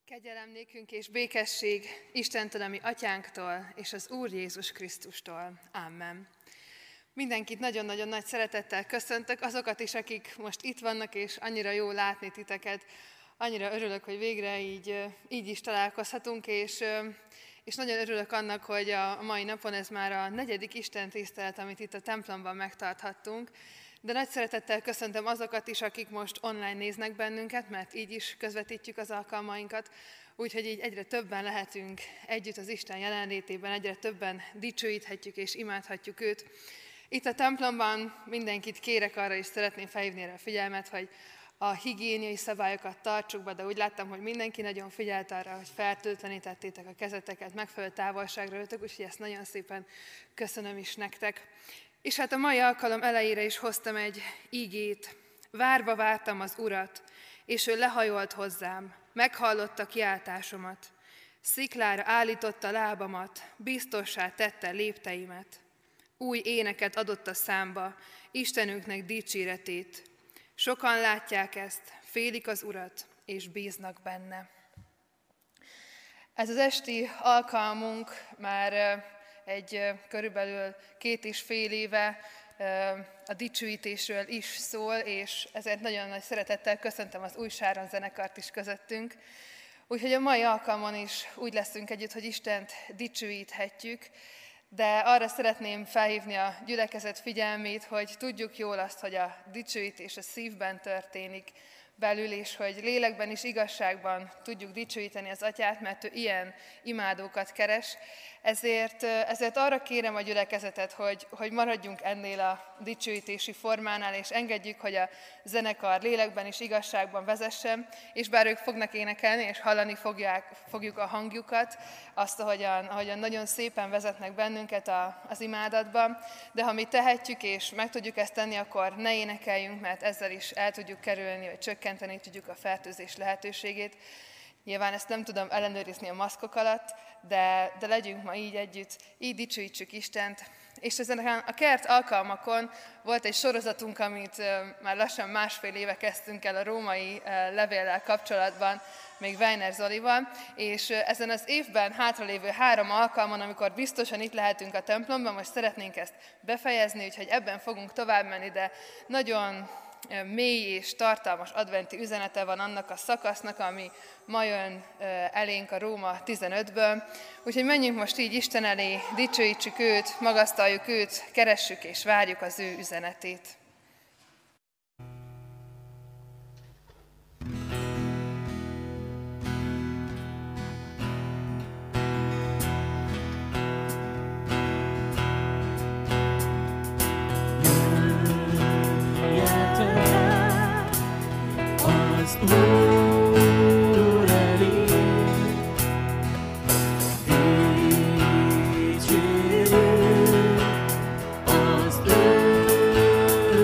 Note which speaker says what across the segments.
Speaker 1: Kegyelem nékünk és békesség Istentől, ami Atyánktól, és az Úr Jézus Krisztustól. Amen. Mindenkit nagyon-nagyon nagy szeretettel köszöntök, azokat is, akik most itt vannak, és annyira jó látni titeket. Annyira örülök, hogy végre így is találkozhatunk, és nagyon örülök annak, hogy a mai napon ez már a 4. istentisztelet, amit itt a templomban megtarthattunk. De nagy szeretettel köszöntöm azokat is, akik most online néznek bennünket, mert így is közvetítjük az alkalmainkat, úgyhogy így egyre többen lehetünk együtt az Isten jelenlétében, egyre többen dicsőíthetjük és imádhatjuk őt. Itt a templomban mindenkit kérek, arra is szeretném felhívni erre a figyelmet, hogy a higiéniai szabályokat tartsuk be, de úgy láttam, hogy mindenki nagyon figyelt arra, hogy fertőtlenítettétek a kezeteket, megfelelő távolságra ültök, úgyhogy ezt nagyon szépen köszönöm is nektek. És hát a mai alkalom elejére is hoztam egy ígét. Várva vártam az Urat, és ő lehajolt hozzám, meghallotta kiáltásomat. Sziklára állította lábamat, biztossá tette lépteimet. Új éneket adott a számba, Istenünknek dicséretét. Sokan látják ezt, félik az Urat, és bíznak benne. Ez az esti alkalmunk már körülbelül 2,5 éve a dicsőítésről is szól, és ezért nagyon nagy szeretettel köszöntöm az Új Sáron zenekart is közöttünk. Úgyhogy a mai alkalmon is úgy leszünk együtt, hogy Istent dicsőíthetjük, de arra szeretném felhívni a gyülekezet figyelmét, hogy tudjuk jól azt, hogy a dicsőítés a szívben történik belül, és hogy lélekben és igazságban tudjuk dicsőíteni az Atyát, mert ő ilyen imádókat keres. Ezért arra kérem a gyülekezetet, hogy maradjunk ennél a dicsőítési formánál, és engedjük, hogy a zenekar lélekben és igazságban vezessen, és bár ők fognak énekelni, és hallani fogjuk a hangjukat, azt, ahogyan nagyon szépen vezetnek bennünket az imádatban, de ha mi tehetjük, és meg tudjuk ezt tenni, akkor ne énekeljünk, mert ezzel is el tudjuk kerülni, vagy csökkenteni tudjuk a fertőzés lehetőségét. Nyilván ezt nem tudom ellenőrizni a maszkok alatt, de legyünk ma így együtt, így dicsőítsük Istent. És ezen a kert alkalmakon volt egy sorozatunk, amit már lassan 1,5 éve kezdtünk el a római levéllel kapcsolatban, még Weiner Zolival, és ezen az évben hátralévő 3 alkalmon, amikor biztosan itt lehetünk a templomban, most szeretnénk ezt befejezni, úgyhogy ebben fogunk tovább menni, de nagyon mély és tartalmas adventi üzenete van annak a szakasznak, ami ma jön elénk a Róma 15-ből. Úgyhogy menjünk most így Isten elé, dicsőítsük őt, magasztaljuk őt, keressük és várjuk az ő üzenetét.
Speaker 2: Úr elé,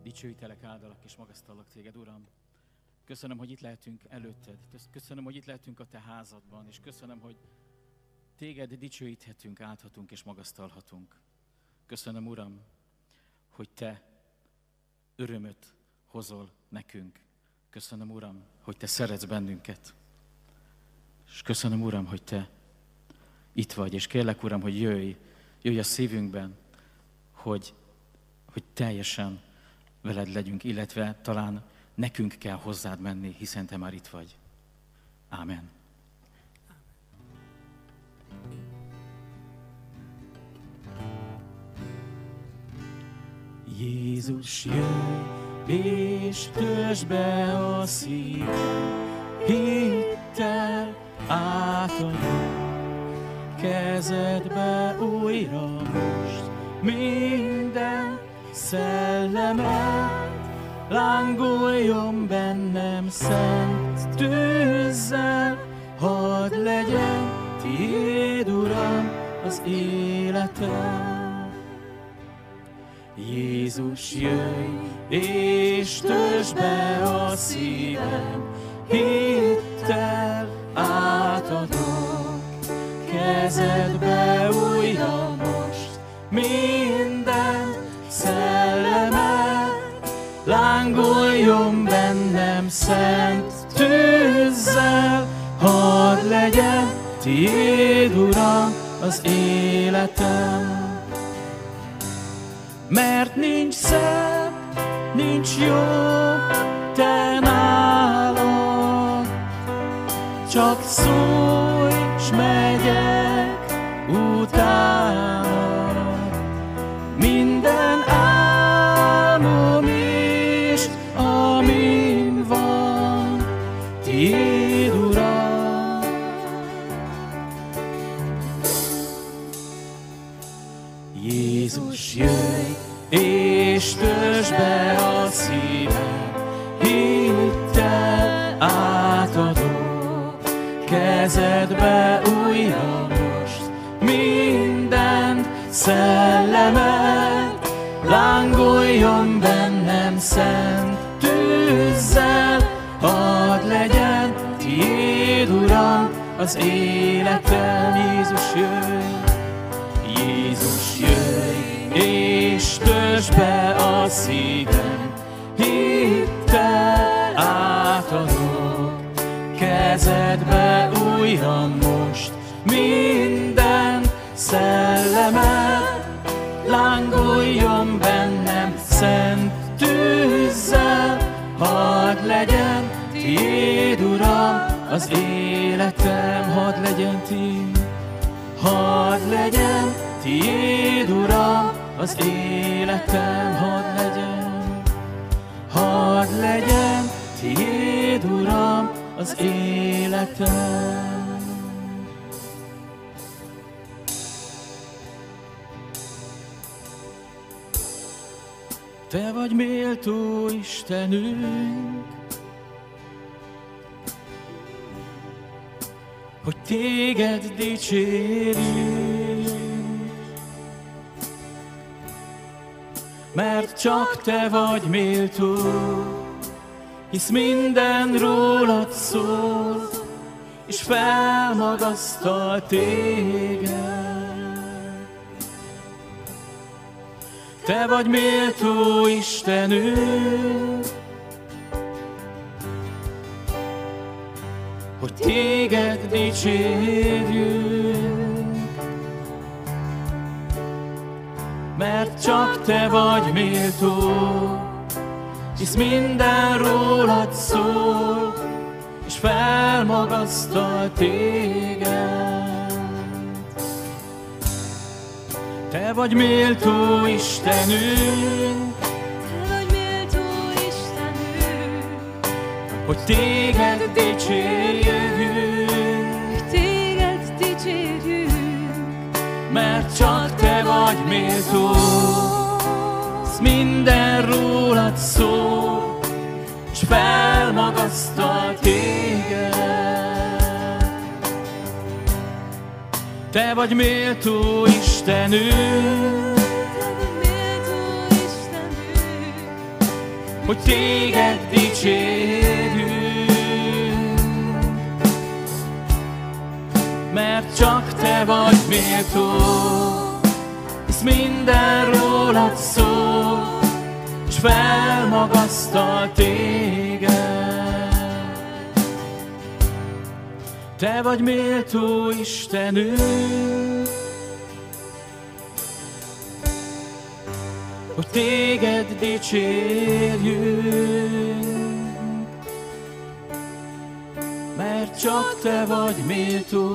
Speaker 2: Dicsőítelek, áldalak és magasztallak téged, Uram. Köszönöm, hogy itt lehetünk előtted. Köszönöm, hogy itt lehetünk a te házadban, és köszönöm, hogy téged dicsőíthetünk, áldhatunk és magasztalhatunk. Köszönöm, Uram, hogy te örömöt hozol nekünk. Köszönöm, Uram, hogy te szeretsz bennünket. És köszönöm, Uram, hogy te itt vagy, és kérlek, Uram, hogy jöjj a szívünkben, hogy teljesen veled legyünk, illetve talán nekünk kell hozzád menni, hiszen te már itt vagy. Ámen. Jézus, jöjj és töltsd be a szívem, hittel átadom kezedbe újra most minden szellemet, lángoljon bennem szent tűzzel, hadd legyen tiéd, Uram, az életem. Jézus, jöjj és töltsd be a szívem, hittel átadom kezedbe újra most minden szellemet, lángoljon bennem szent tűzzel, hadd legyen tiéd, Uram, az életem. Mert nincs szebb, nincs jobb te nálad, csak szólj, s megyek utánad. Minden álmom is, amin van, tiéd, Uram. Jézus, jöjj és töltsd be a szívem, hittel átadom kezedbe újra most mindent szellemet, lángoljon bennem szent tűzzel, hadd legyen tiéd, Uram, az életem. Jézus, jöjj! Jézus, jöjj és töltsd be a szívem, hittel átadom kezedbe újra most minden szellemet, lángoljon bennem szent tűzzel, hadd legyen tiéd, Uram, az életem. Hadd legyen tiéd, hadd legyen tiéd, Uram, az életem. Hadd legyen tiéd, Uram, az életem. Te vagy méltó Istenünk, hogy téged dicsérjünk, mert csak te vagy méltó, hisz minden rólad szól, és felmagasztal téged. Te vagy méltó Istenünk, hogy téged dicsérjünk, mert csak te vagy méltó, hisz minden rólad szól, és felmagasztal téged. Te vagy méltó Istenünk, hogy téged dicsérjünk, mert csak te vagy méltó, hisz minden rólad szól, és felmagasztal téged. Te vagy méltó Istenünk, hogy téged dicsérjünk, mert csak te vagy méltó, hisz minden rólad szól, és felmagasztal téged. Te vagy méltó Istenünk, hogy téged dicsérjünk, mert csak te vagy méltó,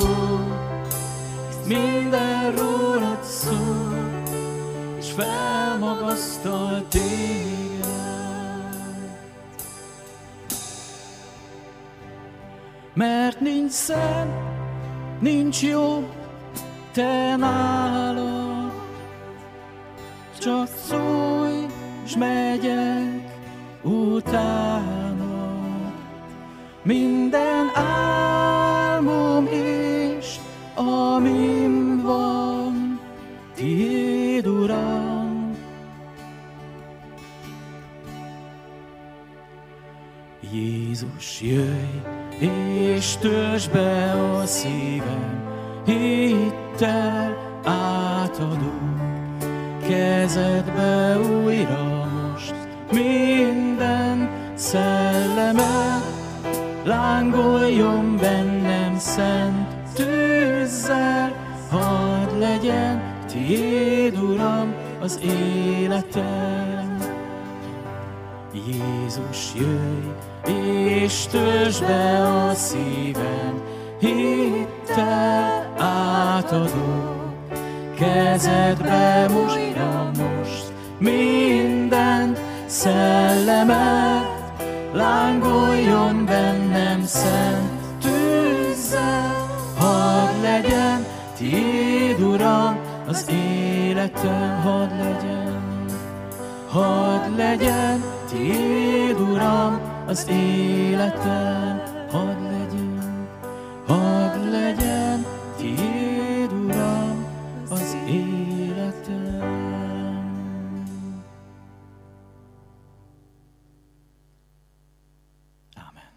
Speaker 2: minden rólad szól, és felmagasztal téged. Mert nincs szent, nincs jobb te nálad, csak szólj, s megyek utánad. Minden álmom és amim van, tiéd, Uram. Jézus, jöjj és töltsd be a szívem, hittel átadom kezedbe újra most minden szellemet, lángoljon bennem szent tűzzel, hadd legyen tiéd, Uram, az életem. Jézus, jöjj és töltsd be a szívem, hittel átadom kezedbe újra most minden szellemet, lángoljon bennem szent tűzzel, hadd legyen tiéd, Uram, az életem, hadd legyen tiéd, Uram, az életem, hadd legyen tiéd, Uram, az életem. Ámen.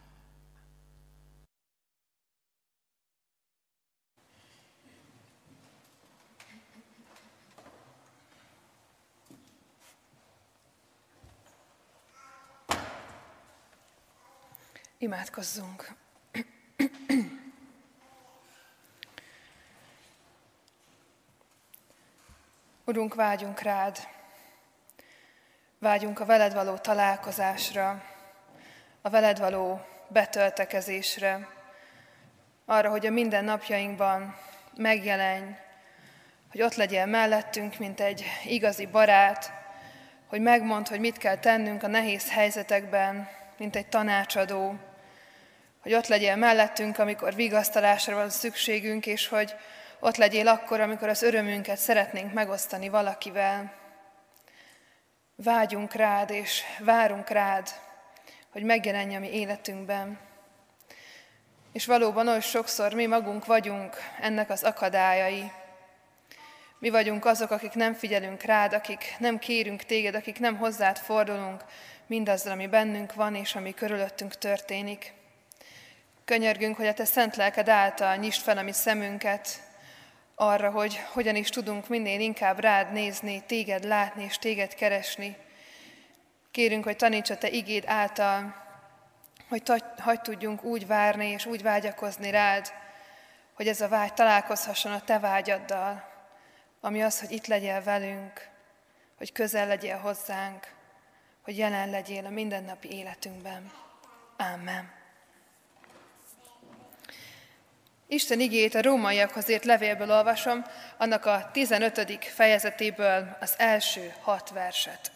Speaker 1: Imádkozzunk! Urunk, vágyunk rád, vágyunk a veled való találkozásra, a veled való betöltekezésre, arra, hogy a mindennapjainkban megjelenj, hogy ott legyél mellettünk, mint egy igazi barát, hogy megmondd, hogy mit kell tennünk a nehéz helyzetekben, mint egy tanácsadó, hogy ott legyél mellettünk, amikor vigasztalásra van szükségünk, és hogy ott legyél akkor, amikor az örömünket szeretnénk megosztani valakivel. Vágyunk rád, és várunk rád, hogy megjelenj a mi életünkben. És valóban oly sokszor mi magunk vagyunk ennek az akadályai. Mi vagyunk azok, akik nem figyelünk rád, akik nem kérünk téged, akik nem hozzád fordulunk mindazzal, ami bennünk van, és ami körülöttünk történik. Könyörgünk, hogy a te szent lelked által nyisd fel a mi szemünket arra, hogy hogyan is tudunk minél inkább rád nézni, téged látni és téged keresni. Kérünk, hogy taníts a te igéd által, hogy hadd tudjunk úgy várni és úgy vágyakozni rád, hogy ez a vágy találkozhasson a te vágyaddal, ami az, hogy itt legyél velünk, hogy közel legyél hozzánk, hogy jelen legyél a mindennapi életünkben. Ámen. Isten igéjét a rómaiakhoz írt levélből olvasom, annak a 15. fejezetéből az első 6 verset.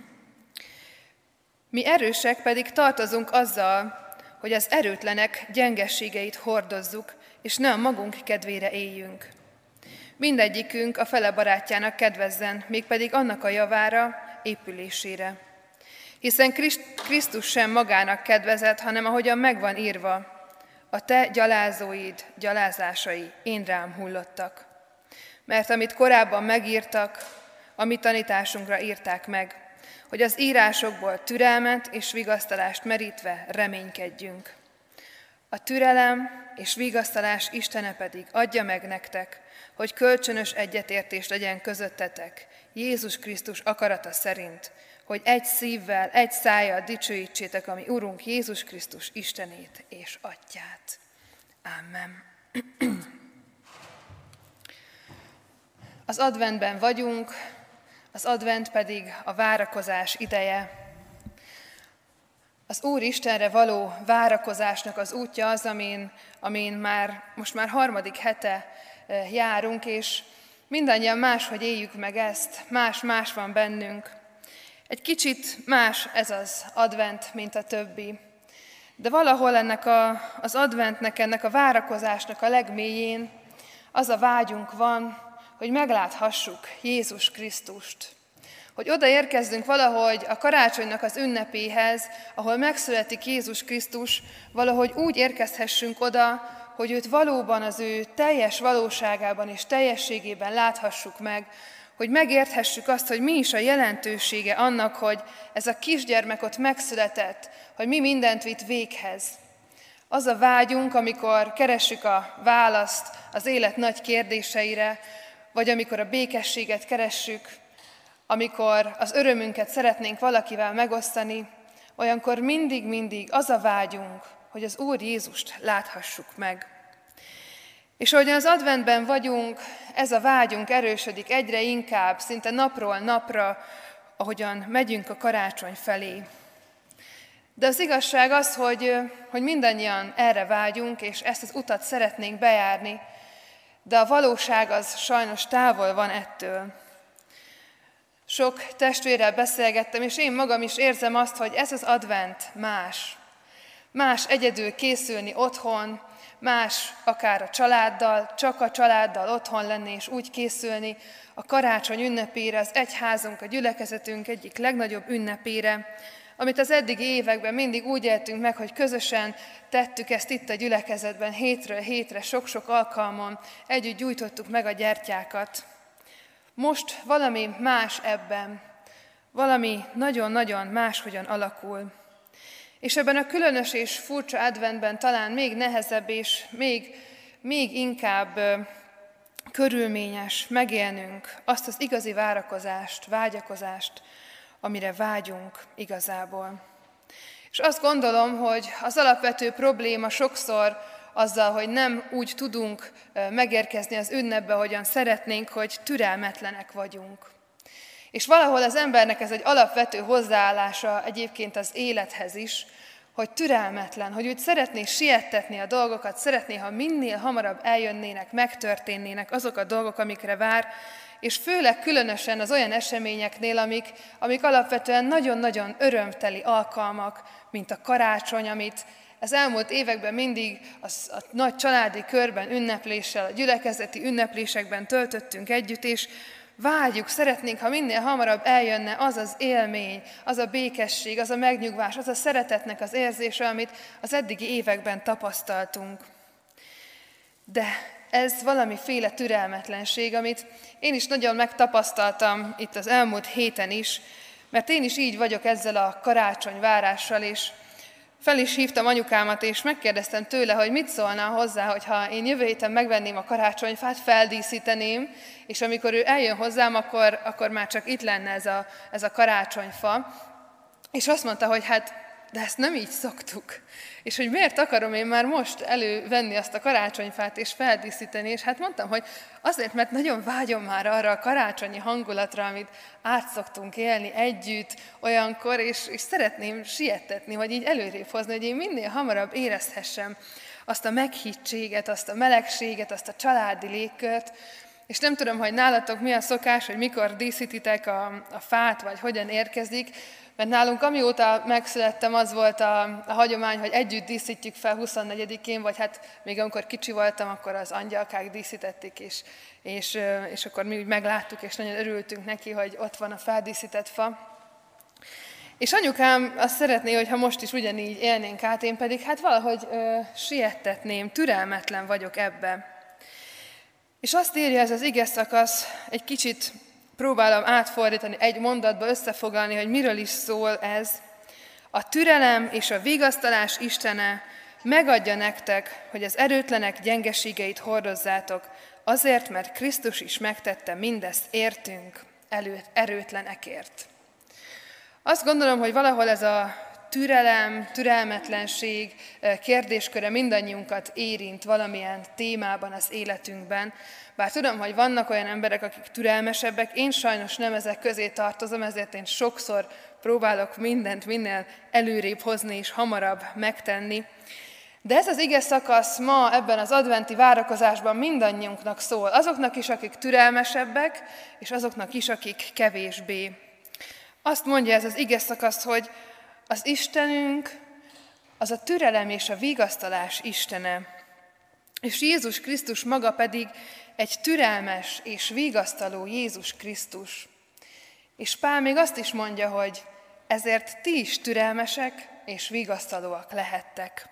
Speaker 1: Mi erősek pedig tartozunk azzal, hogy az erőtlenek gyengességeit hordozzuk, és ne a magunk kedvére éljünk. Mindegyikünk a fele barátjának kedvezzen, mégpedig annak a javára, épülésére. Hiszen Krisztus sem magának kedvezett, hanem ahogyan megvan írva, a te gyalázóid, gyalázásai én rám hullottak. Mert amit korábban megírtak, a mi tanításunkra írták meg, hogy az írásokból türelmet és vigasztalást merítve reménykedjünk. A türelem és vigasztalás Istene pedig adja meg nektek, hogy kölcsönös egyetértés legyen közöttetek, Jézus Krisztus akarata szerint, hogy egy szívvel, egy szájjal dicsőítsétek a mi Urunk Jézus Krisztus Istenét és Atyát. Amen. Az adventben vagyunk, az advent pedig a várakozás ideje. Az Úr Istenre való várakozásnak az útja az, amin most már harmadik hete járunk, és mindannyian máshogy éljük meg ezt, más van bennünk. Egy kicsit más ez az advent, mint a többi. De valahol ennek az adventnek, ennek a várakozásnak a legmélyén az a vágyunk van, hogy megláthassuk Jézus Krisztust. Hogy odaérkezzünk valahogy a karácsonynak az ünnepéhez, ahol megszületik Jézus Krisztus, valahogy úgy érkezhessünk oda, hogy őt valóban az ő teljes valóságában és teljességében láthassuk meg, hogy megérthessük azt, hogy mi is a jelentősége annak, hogy ez a kisgyermek ott megszületett, hogy mi mindent vitt véghez. Az a vágyunk, amikor keressük a választ az élet nagy kérdéseire, vagy amikor a békességet keressük, amikor az örömünket szeretnénk valakivel megosztani, olyankor mindig az a vágyunk, hogy az Úr Jézust láthassuk meg. És ahogyan az adventben vagyunk, ez a vágyunk erősödik egyre inkább, szinte napról napra, ahogyan megyünk a karácsony felé. De az igazság az, hogy mindannyian erre vágyunk, és ezt az utat szeretnénk bejárni, de a valóság az sajnos távol van ettől. Sok testvérrel beszélgettem, és én magam is érzem azt, hogy ez az advent más. Más egyedül készülni otthon, más akár a családdal, csak a családdal otthon lenni és úgy készülni a karácsony ünnepére, az egyházunk, a gyülekezetünk egyik legnagyobb ünnepére, amit az eddigi években mindig úgy éltünk meg, hogy közösen tettük ezt itt a gyülekezetben, hétről hétre, sok-sok alkalmon, együtt gyújtottuk meg a gyertyákat. Most valami más ebben, valami nagyon-nagyon máshogyan alakul. És ebben a különös és furcsa adventben talán még nehezebb és még inkább körülményes megélnünk azt az igazi várakozást, vágyakozást, amire vágyunk igazából. És azt gondolom, hogy az alapvető probléma sokszor azzal, hogy nem úgy tudunk megérkezni az ünnepbe, ahogyan szeretnénk, hogy türelmetlenek vagyunk. És valahol az embernek ez egy alapvető hozzáállása egyébként az élethez is, hogy türelmetlen, hogy úgy szeretné siettetni a dolgokat, szeretné, ha minél hamarabb eljönnének, megtörténnének azok a dolgok, amikre vár, és főleg különösen az olyan eseményeknél, amik alapvetően nagyon-nagyon örömteli alkalmak, mint a karácsony, amit az elmúlt években mindig a nagy családi körben ünnepléssel, a gyülekezeti ünneplésekben töltöttünk együtt, és vágyjuk, szeretnénk, ha minél hamarabb eljönne az az élmény, az a békesség, az a megnyugvás, az a szeretetnek az érzése, amit az eddigi években tapasztaltunk. De ez valamiféle türelmetlenség, amit én is nagyon megtapasztaltam itt az elmúlt héten is, mert én is így vagyok ezzel a karácsonyvárással, és fel is hívtam anyukámat, és megkérdeztem tőle, hogy mit szólna hozzá, hogyha én jövő héten megvenném a karácsonyfát, feldíszíteném, és amikor ő eljön hozzám, akkor már csak itt lenne ez a karácsonyfa. És azt mondta, hogy hát, de ezt nem így szoktuk. És hogy miért akarom én már most elővenni azt a karácsonyfát és feldíszíteni, és hát mondtam, hogy azért, mert nagyon vágyom már arra a karácsonyi hangulatra, amit át szoktunk élni együtt olyankor, és szeretném siettetni, vagy így előrébb hozni, hogy én minél hamarabb érezhessem azt a meghittséget, azt a melegséget, azt a családi légkört, és nem tudom, hogy nálatok mi a szokás, hogy mikor díszítitek a fát, vagy hogyan érkezik, mert nálunk amióta megszülettem, az volt a hagyomány, hogy együtt díszítjük fel 24-én, vagy hát még amikor kicsi voltam, akkor az angyalkák díszítették, és akkor mi úgy megláttuk, és nagyon örültünk neki, hogy ott van a feldíszített fa. És anyukám azt szeretné, hogyha most is ugyanígy élnénk át, én pedig hát valahogy siettetném, türelmetlen vagyok ebbe. És azt írja ez az ige szakasz egy kicsit próbálom átfordítani egy mondatba, összefoglalni, hogy miről is szól ez. A türelem és a vigasztalás Istene megadja nektek, hogy az erőtlenek gyengeségeit hordozzátok, azért, mert Krisztus is megtette mindezt értünk, erőtlenekért. Azt gondolom, hogy valahol ez a türelem, türelmetlenség kérdésköre mindannyiunkat érint valamilyen témában az életünkben. Bár tudom, hogy vannak olyan emberek, akik türelmesebbek, én sajnos nem ezek közé tartozom, ezért én sokszor próbálok mindent minél előrébb hozni és hamarabb megtenni. De ez az ige szakasz ma ebben az adventi várakozásban mindannyiunknak szól. Azoknak is, akik türelmesebbek, és azoknak is, akik kevésbé. Azt mondja ez az ige szakasz, hogy az Istenünk az a türelem és a vigasztalás Istene. És Jézus Krisztus maga pedig egy türelmes és vigasztaló Jézus Krisztus. És Pál még azt is mondja, hogy ezért ti is türelmesek és vigasztalóak lehettek.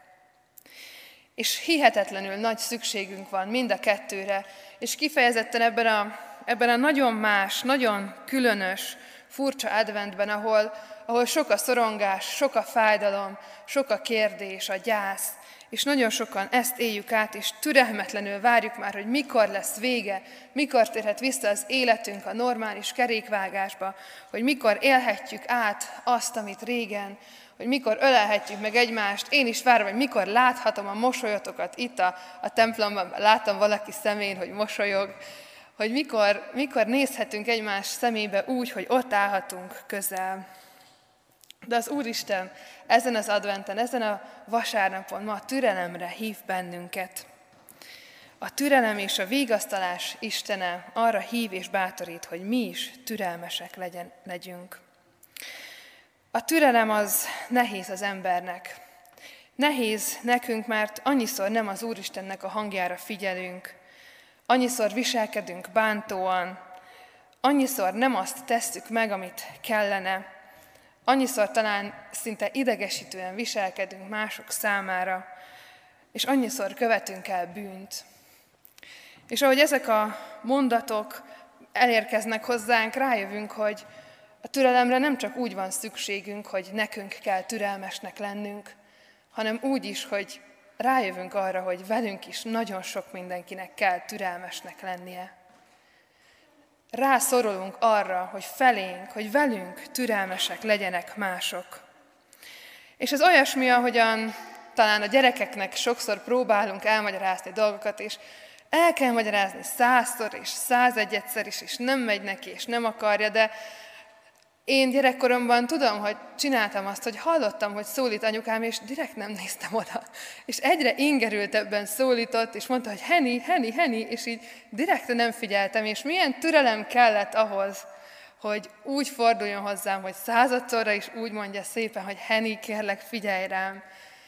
Speaker 1: És hihetetlenül nagy szükségünk van mind a kettőre, és kifejezetten ebben a nagyon más, nagyon különös, furcsa adventben, ahol sok a szorongás, sok a fájdalom, sok a kérdés, a gyász, és nagyon sokan ezt éljük át, és türelmetlenül várjuk már, hogy mikor lesz vége, mikor térhet vissza az életünk a normális kerékvágásba, hogy mikor élhetjük át azt, amit régen, hogy mikor ölelhetjük meg egymást. Én is várom, hogy mikor láthatom a mosolyotokat itt a templomban, látom valaki szemén, hogy mosolyog, hogy mikor nézhetünk egymás szemébe úgy, hogy ott állhatunk közel. De az Úristen ezen az adventen, ezen a vasárnapon ma a türelemre hív bennünket. A türelem és a vigasztalás Istene arra hív és bátorít, hogy mi is türelmesek legyünk. A türelem az nehéz az embernek. Nehéz nekünk, mert annyiszor nem az Úristennek a hangjára figyelünk, annyiszor viselkedünk bántóan, annyiszor nem azt tesszük meg, amit kellene, annyiszor talán szinte idegesítően viselkedünk mások számára, és annyiszor követünk el bűnt. És ahogy ezek a mondatok elérkeznek hozzánk, rájövünk, hogy a türelemre nem csak úgy van szükségünk, hogy nekünk kell türelmesnek lennünk, hanem úgy is, hogy rájövünk arra, hogy velünk is nagyon sok mindenkinek kell türelmesnek lennie. Rászorulunk arra, hogy felénk, hogy velünk türelmesek legyenek mások. És ez olyasmi, ahogyan talán a gyerekeknek sokszor próbálunk elmagyarázni dolgokat, és el kell magyarázni 100-szor és 101-szer is, és nem megy neki, és nem akarja, de én gyerekkoromban tudom, hogy csináltam azt, hogy hallottam, hogy szólít anyukám, és direkt nem néztem oda. És egyre ingerültebben szólított, és mondta, hogy Henny, Henny, Henny, és így direkt nem figyeltem, és milyen türelem kellett ahhoz, hogy úgy forduljon hozzám, hogy 100-szorra is úgy mondja szépen, hogy Henny, kérlek, figyelj rám.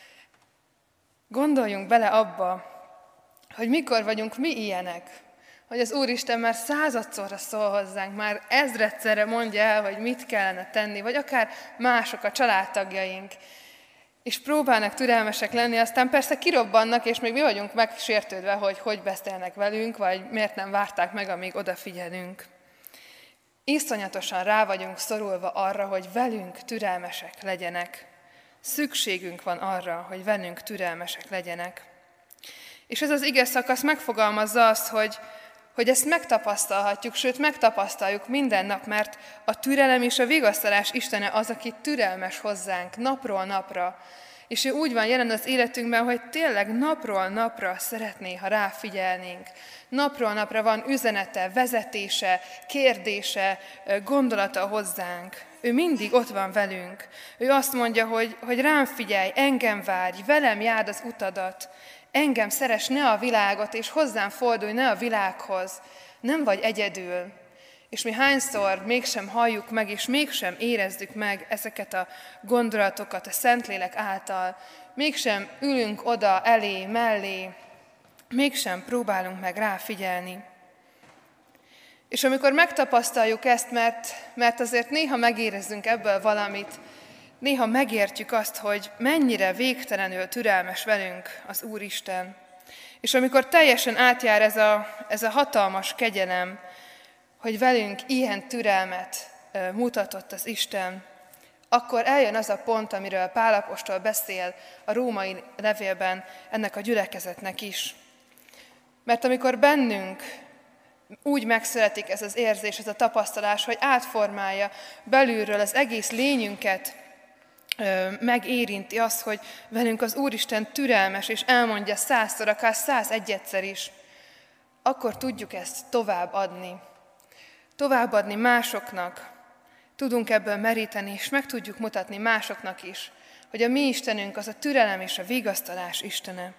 Speaker 1: Gondoljunk bele abba, hogy mikor vagyunk mi ilyenek, hogy az Úristen már 100-szorra szól hozzánk, már 1000-szerre mondja el, hogy mit kellene tenni, vagy akár mások, a családtagjaink, és próbálnak türelmesek lenni, aztán persze kirobbannak, és még mi vagyunk megsértődve, hogy beszélnek velünk, vagy miért nem várták meg, amíg odafigyelünk. Iszonyatosan rá vagyunk szorulva arra, hogy velünk türelmesek legyenek. Szükségünk van arra, hogy velünk türelmesek legyenek. És ez az ige szakasz megfogalmazza azt, hogy ezt megtapasztalhatjuk, sőt megtapasztaljuk minden nap, mert a türelem és a vigasztalás Istene az, aki türelmes hozzánk napról napra. És ő úgy van jelen az életünkben, hogy tényleg napról napra szeretné, ha ráfigyelnénk. Napról napra van üzenete, vezetése, kérdése, gondolata hozzánk. Ő mindig ott van velünk. Ő azt mondja, hogy rám figyelj, engem várj, velem járd az utadat. Engem szeress, ne a világot, és hozzám fordulj, ne a világhoz. Nem vagy egyedül. És mi hányszor mégsem halljuk meg, és mégsem érezzük meg ezeket a gondolatokat a Szentlélek által. Mégsem ülünk oda, elé, mellé, mégsem próbálunk meg rá figyelni. És amikor megtapasztaljuk ezt, mert azért néha megérezzünk ebből valamit, néha megértjük azt, hogy mennyire végtelenül türelmes velünk az Úristen. És amikor teljesen átjár ez a hatalmas kegyelem, hogy velünk ilyen türelmet mutatott az Isten, akkor eljön az a pont, amiről Pál apostol beszél a római levélben ennek a gyülekezetnek is. Mert amikor bennünk úgy megszületik ez az érzés, ez a tapasztalás, hogy átformálja belülről az egész lényünket, megérinti azt, hogy velünk az Úristen türelmes, és elmondja 100-szor, akár 101-szer is, akkor tudjuk ezt továbbadni. Továbbadni másoknak, tudunk ebből meríteni, és meg tudjuk mutatni másoknak is, hogy a mi Istenünk az a türelem és a vigasztalás Istene.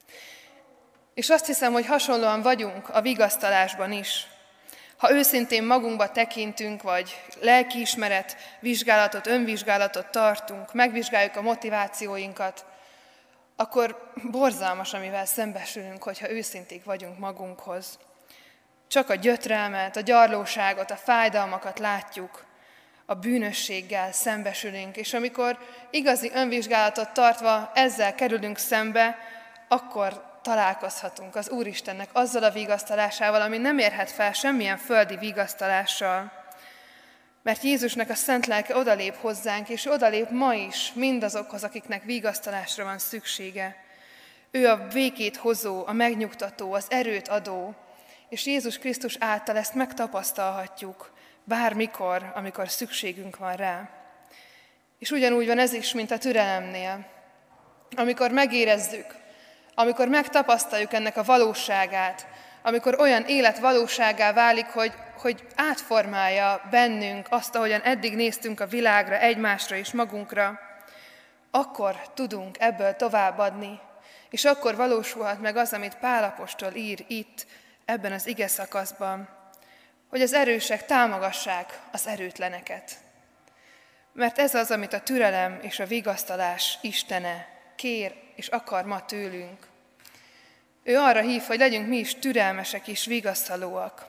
Speaker 1: És azt hiszem, hogy hasonlóan vagyunk a vigasztalásban is. Ha őszintén magunkba tekintünk, vagy lelkiismeret vizsgálatot, önvizsgálatot tartunk, megvizsgáljuk a motivációinkat, akkor borzalmas, amivel szembesülünk, hogyha őszinték vagyunk magunkhoz. Csak a gyötrelmet, a gyarlóságot, a fájdalmakat látjuk, a bűnösséggel szembesülünk, és amikor igazi önvizsgálatot tartva ezzel kerülünk szembe, akkor találkozhatunk az Úristennek azzal a vigasztalásával, ami nem érhet fel semmilyen földi vigasztalással. Mert Jézusnak a szent lelke odalép hozzánk, és odalép ma is mindazokhoz, akiknek vigasztalásra van szüksége. Ő a békét hozó, a megnyugtató, az erőt adó, és Jézus Krisztus által ezt megtapasztalhatjuk bármikor, amikor szükségünk van rá. És ugyanúgy van ez is, mint a türelemnél. Amikor megérezzük, amikor megtapasztaljuk ennek a valóságát, amikor olyan élet valóságá válik, hogy átformálja bennünk azt, ahogyan eddig néztünk a világra, egymásra és magunkra, akkor tudunk ebből továbbadni, és akkor valósulhat meg az, amit Pál apostol ír itt, ebben az ige szakaszban, hogy az erősek támogassák az erőtleneket. Mert ez az, amit a türelem és a vigasztalás Istene kér és akar ma tőlünk. Ő arra hív, hogy legyünk mi is türelmesek és vigasztalóak.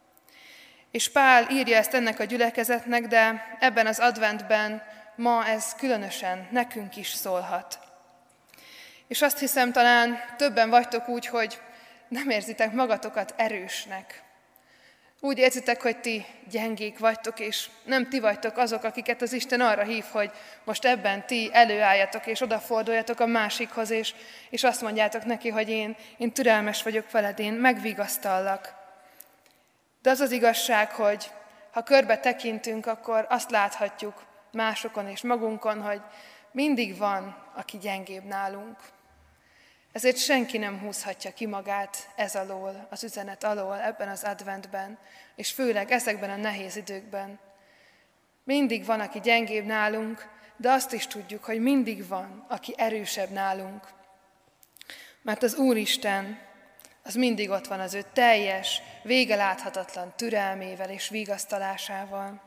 Speaker 1: És Pál írja ezt ennek a gyülekezetnek, de ebben az adventben ma ez különösen nekünk is szólhat. És azt hiszem, talán többen vagytok úgy, hogy nem érzitek magatokat erősnek. Úgy érzitek, hogy ti gyengék vagytok, és nem ti vagytok azok, akiket az Isten arra hív, hogy most ebben ti előálljatok, és odaforduljatok a másikhoz, és azt mondjátok neki, hogy én türelmes vagyok veled, én megvigasztallak. De az az igazság, hogy ha körbe tekintünk, akkor azt láthatjuk másokon és magunkon, hogy mindig van, aki gyengébb nálunk. Ezért senki nem húzhatja ki magát ez alól, az üzenet alól ebben az adventben, és főleg ezekben a nehéz időkben. Mindig van, aki gyengébb nálunk, de azt is tudjuk, hogy mindig van, aki erősebb nálunk. Mert az Úristen, az mindig ott van az ő teljes, vége láthatatlan türelmével és vigasztalásával.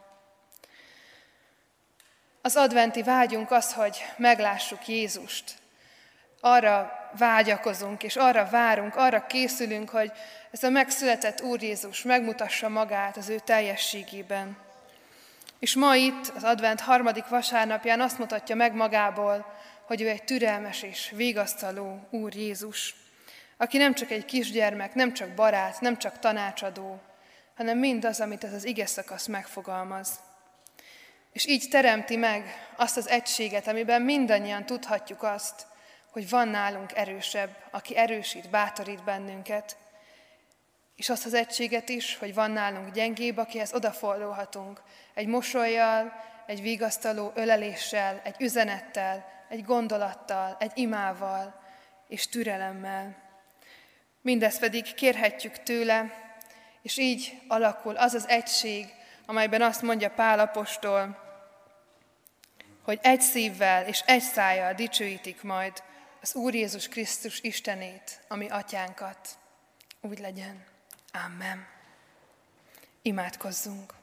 Speaker 1: Az adventi vágyunk az, hogy meglássuk Jézust. Arra vágyakozunk, és arra várunk, arra készülünk, hogy ez a megszületett Úr Jézus megmutassa magát az ő teljességében. És ma itt, az advent 3. vasárnapján azt mutatja meg magából, hogy ő egy türelmes és vigasztaló Úr Jézus, aki nem csak egy kisgyermek, nem csak barát, nem csak tanácsadó, hanem mindaz, amit ez az ige szakasz megfogalmaz. És így teremti meg azt az egységet, amiben mindannyian tudhatjuk azt, hogy van nálunk erősebb, aki erősít, bátorít bennünket, és azt az egységet is, hogy van nálunk gyengébb, akihez odafordulhatunk egy mosollyal, egy vigasztaló öleléssel, egy üzenettel, egy gondolattal, egy imával és türelemmel. Mindezt pedig kérhetjük tőle, és így alakul az az egység, amelyben azt mondja Pál apostol, hogy egy szívvel és egy szájjal dicsőítik majd az Úr Jézus Krisztus Istenét, a mi atyánkat. Úgy legyen. Amen. Imádkozzunk.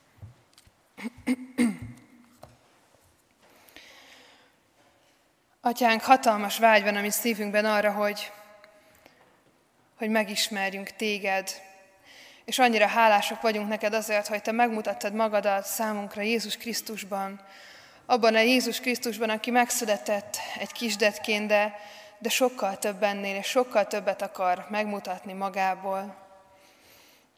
Speaker 1: Atyánk, hatalmas vágy van a mi szívünkben arra, hogy megismerjünk téged, és annyira hálásak vagyunk neked azért, hogy te megmutattad magadat számunkra Jézus Krisztusban, abban a Jézus Krisztusban, aki megszületett egy kisdetként, de sokkal több ennél, és sokkal többet akar megmutatni magából.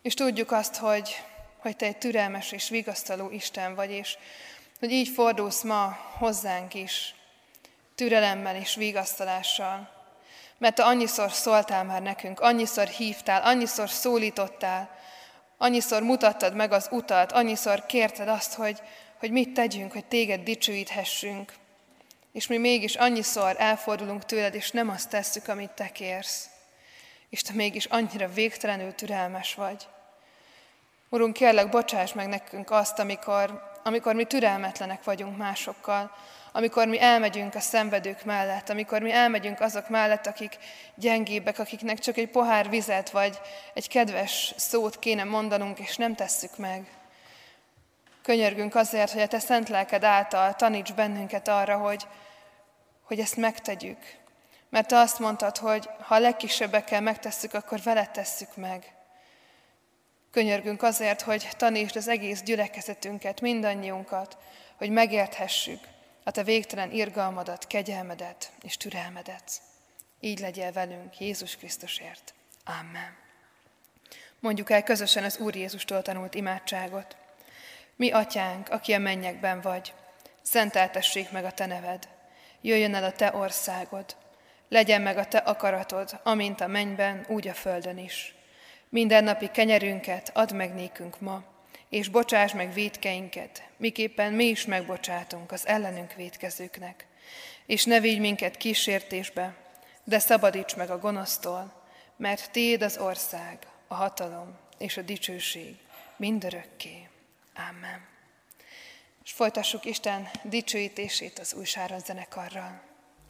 Speaker 1: És tudjuk azt, hogy Te egy türelmes és vigasztaló Isten vagy, és hogy így fordulsz ma hozzánk is, türelemmel és vigasztalással. Mert Te annyiszor szóltál már nekünk, annyiszor hívtál, annyiszor szólítottál, annyiszor mutattad meg az utat, annyiszor kérted azt, hogy mit tegyünk, hogy Téged dicsőíthessünk. És mi mégis annyiszor elfordulunk tőled, és nem azt tesszük, amit Te kérsz. És Te mégis annyira végtelenül türelmes vagy. Urunk, kérlek, bocsáss meg nekünk azt, amikor mi türelmetlenek vagyunk másokkal, amikor mi elmegyünk a szenvedők mellett, amikor mi elmegyünk azok mellett, akik gyengébbek, akiknek csak egy pohár vizet vagy egy kedves szót kéne mondanunk, és nem tesszük meg. Könyörgünk azért, hogy a Te szent lelked által taníts bennünket arra, hogy ezt megtegyük. Mert Te azt mondtad, hogy ha a legkisebbekkel megtesszük, akkor veled tesszük meg. Könyörgünk azért, hogy tanítsd az egész gyülekezetünket, mindannyiunkat, hogy megérthessük a Te végtelen irgalmadat, kegyelmedet és türelmedet. Így legyél velünk Jézus Krisztusért. Amen. Mondjuk el közösen az Úr Jézustól tanult imádságot. Mi atyánk, aki a mennyekben vagy, szenteltessék meg a Te neved. Jöjjön el a Te országod. Legyen meg a Te akaratod, amint a mennyben, úgy a földön is. Mindennapi kenyerünket add meg nékünk ma, és bocsáss meg vétkeinket, miképpen mi is megbocsátunk az ellenünk vétkezőknek. És ne vigy minket kísértésbe, de szabadíts meg a gonosztól, mert Tiéd az ország, a hatalom és a dicsőség mindörökké. Amen. És folytassuk Isten dicsőítését az új Sáron zenekarral.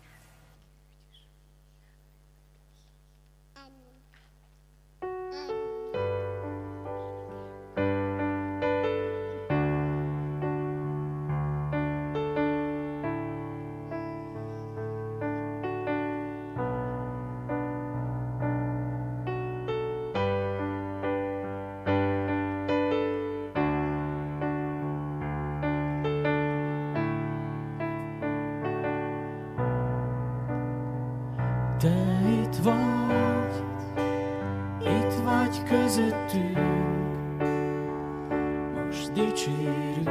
Speaker 2: Te itt vagy közöttünk, most dicsérünk.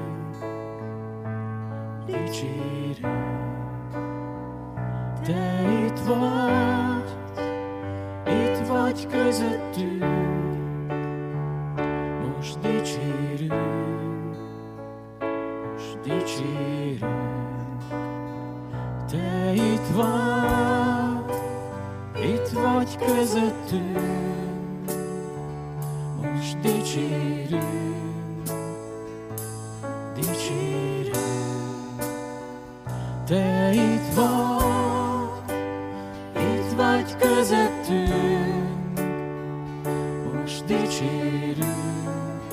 Speaker 2: Te itt vagy közöttünk, most dicsérünk. Te itt vagy közöttünk, most dicsérünk. Te itt vagy közöttünk, most dicsérünk.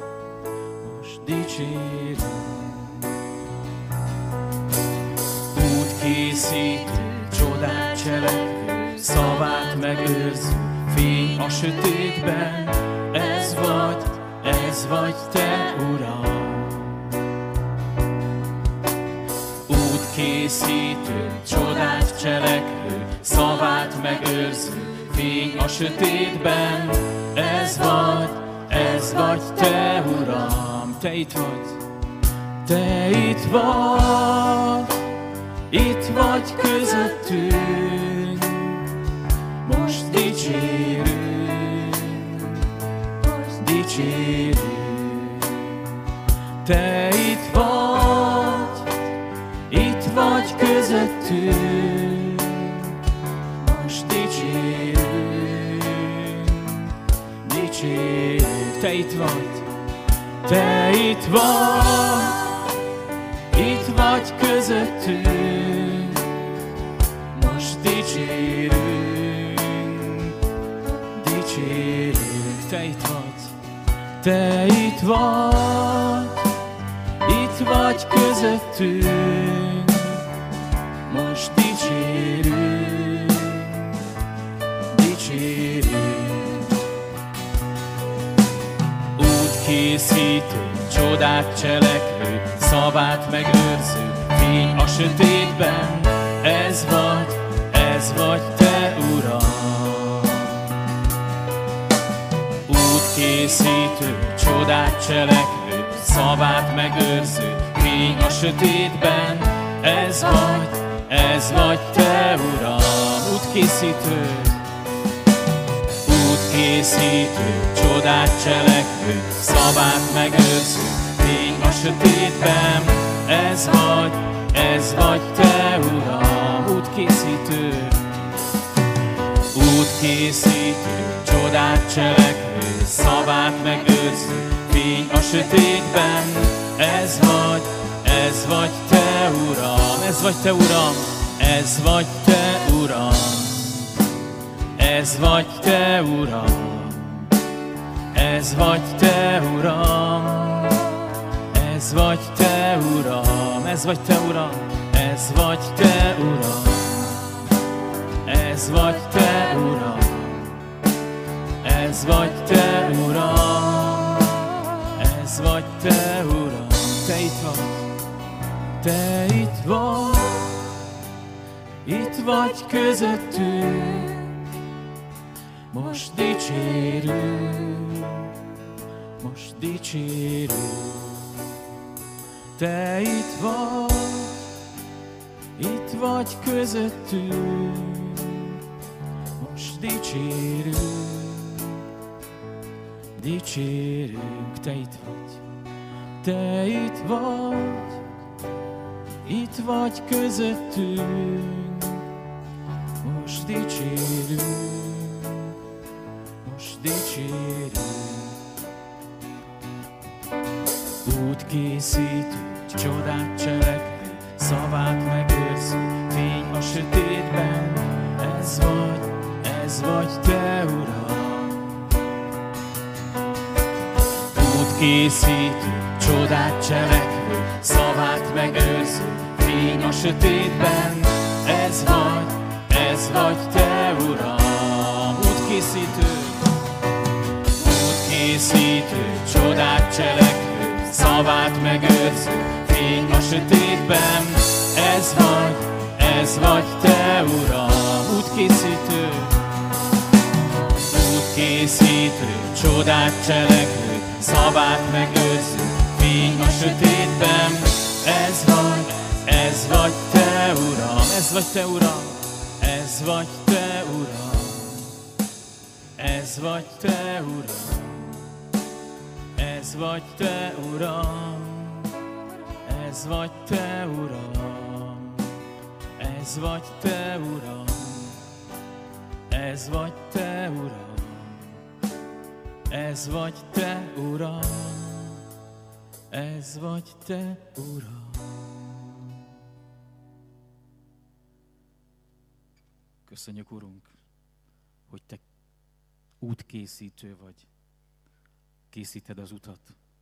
Speaker 2: Útkészítő, csodát cselekvő, szavát megőrző, fény a sötétben, ez vagy Te, Uram. Útkészítő, csodát cselekvő, szavát megőrző, fény a sötétben, ez vagy Te, Uram. Te itt vagy közöttünk, most dicsérünk. Te itt vagy közöttünk, most dicsérünk. Te itt vagy közöttünk, most dicsérünk. Te itt vagy közöttünk, most dicsérünk. Útkészítő, csodát cselekvő, szavát megőrző, fény a sötétben, ez vagy Te, Uram. készítő, csodát cselekvő, szavát megőrző, fény a sötétben, ez vagy te, Uram. Útkészítő, csodát cselekvő, szavát megőrző, fény a sötétben, ez vagy te, Uram. Útkészítő, csodát cselekvő, szavát megőrző, fény a sötétben, ez vagy te, Uram. Ez vagy te, Uram. Ez vagy te, Uram. Ez vagy te, Uram. Ez vagy te, Uram. Ez vagy te, Uram. Ez vagy te, Uram. Ez vagy te, Uram. Ez vagy te, Uram. Ez vagy te, Uram. Ez vagy te, Uram. Te itt vagy. Te itt vagy közöttünk. Most dicsérünk. Te itt vagy közöttünk. Most dicsérünk. Te itt vagy. Te itt vagy közöttünk. Most dicsérünk. Útkészítő, csodát cselekvő, szavát megőrző, fény a sötétben, ez vagy te, Uram. Útkészítő, csodát cselekvő, szavát megőrző, fény a sötétben, ez vagy te, Uram. Útkészítő, csodát cselekvő, szavát megőrző, fény a sötétben, ez vagy te, Uram. Útkészítő, csodát cselekvő, szavát megőrző, fény a sötétben, ez vagy te, Uram. Ez vagy te, Uram. Ez vagy te, Uram. Ez vagy te, Uram. Ez vagy te, Uram. Ez vagy te, Uram. Ez vagy te, Uram. Ez vagy te, Uram. Ez vagy te, Uram. Ez vagy te, Uram. Köszönjük, Urunk, hogy te útkészítő vagy. Készíted az utat.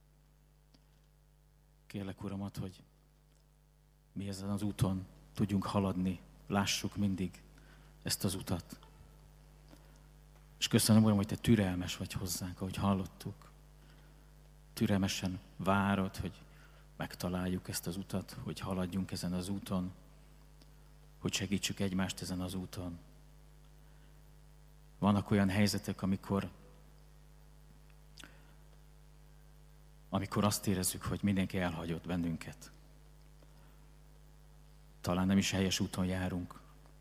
Speaker 2: Kérlek, Uramat, hogy mi ezen az úton tudjunk haladni, lássuk mindig ezt az utat. És köszönöm, Uram, hogy te türelmes vagy hozzánk, ahogy hallottuk. Türelmesen várod, hogy megtaláljuk ezt az utat, hogy haladjunk ezen az úton, hogy segítsük egymást ezen az úton. Vannak olyan helyzetek, amikor azt érezzük, hogy mindenki elhagyott bennünket. Talán nem is helyes úton járunk,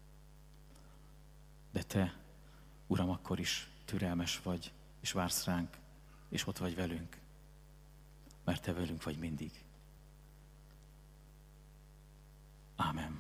Speaker 2: de te, Uram, akkor is türelmes vagy, és vársz ránk, és ott vagy velünk, mert te velünk vagy mindig. Ámen.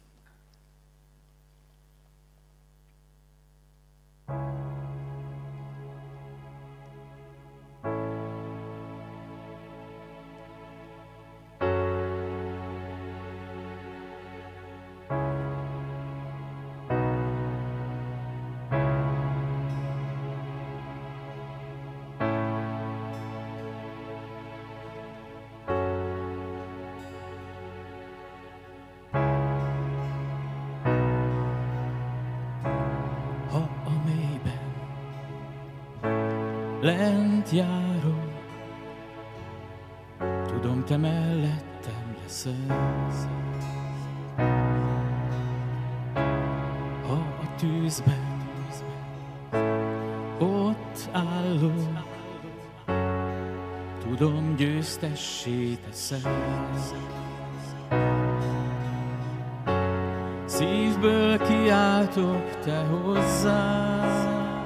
Speaker 2: Lent járok, tudom, te mellettem leszel. Ha a tűzben ott állok, tudom, győztessé teszel. Szívből kiáltok te hozzád,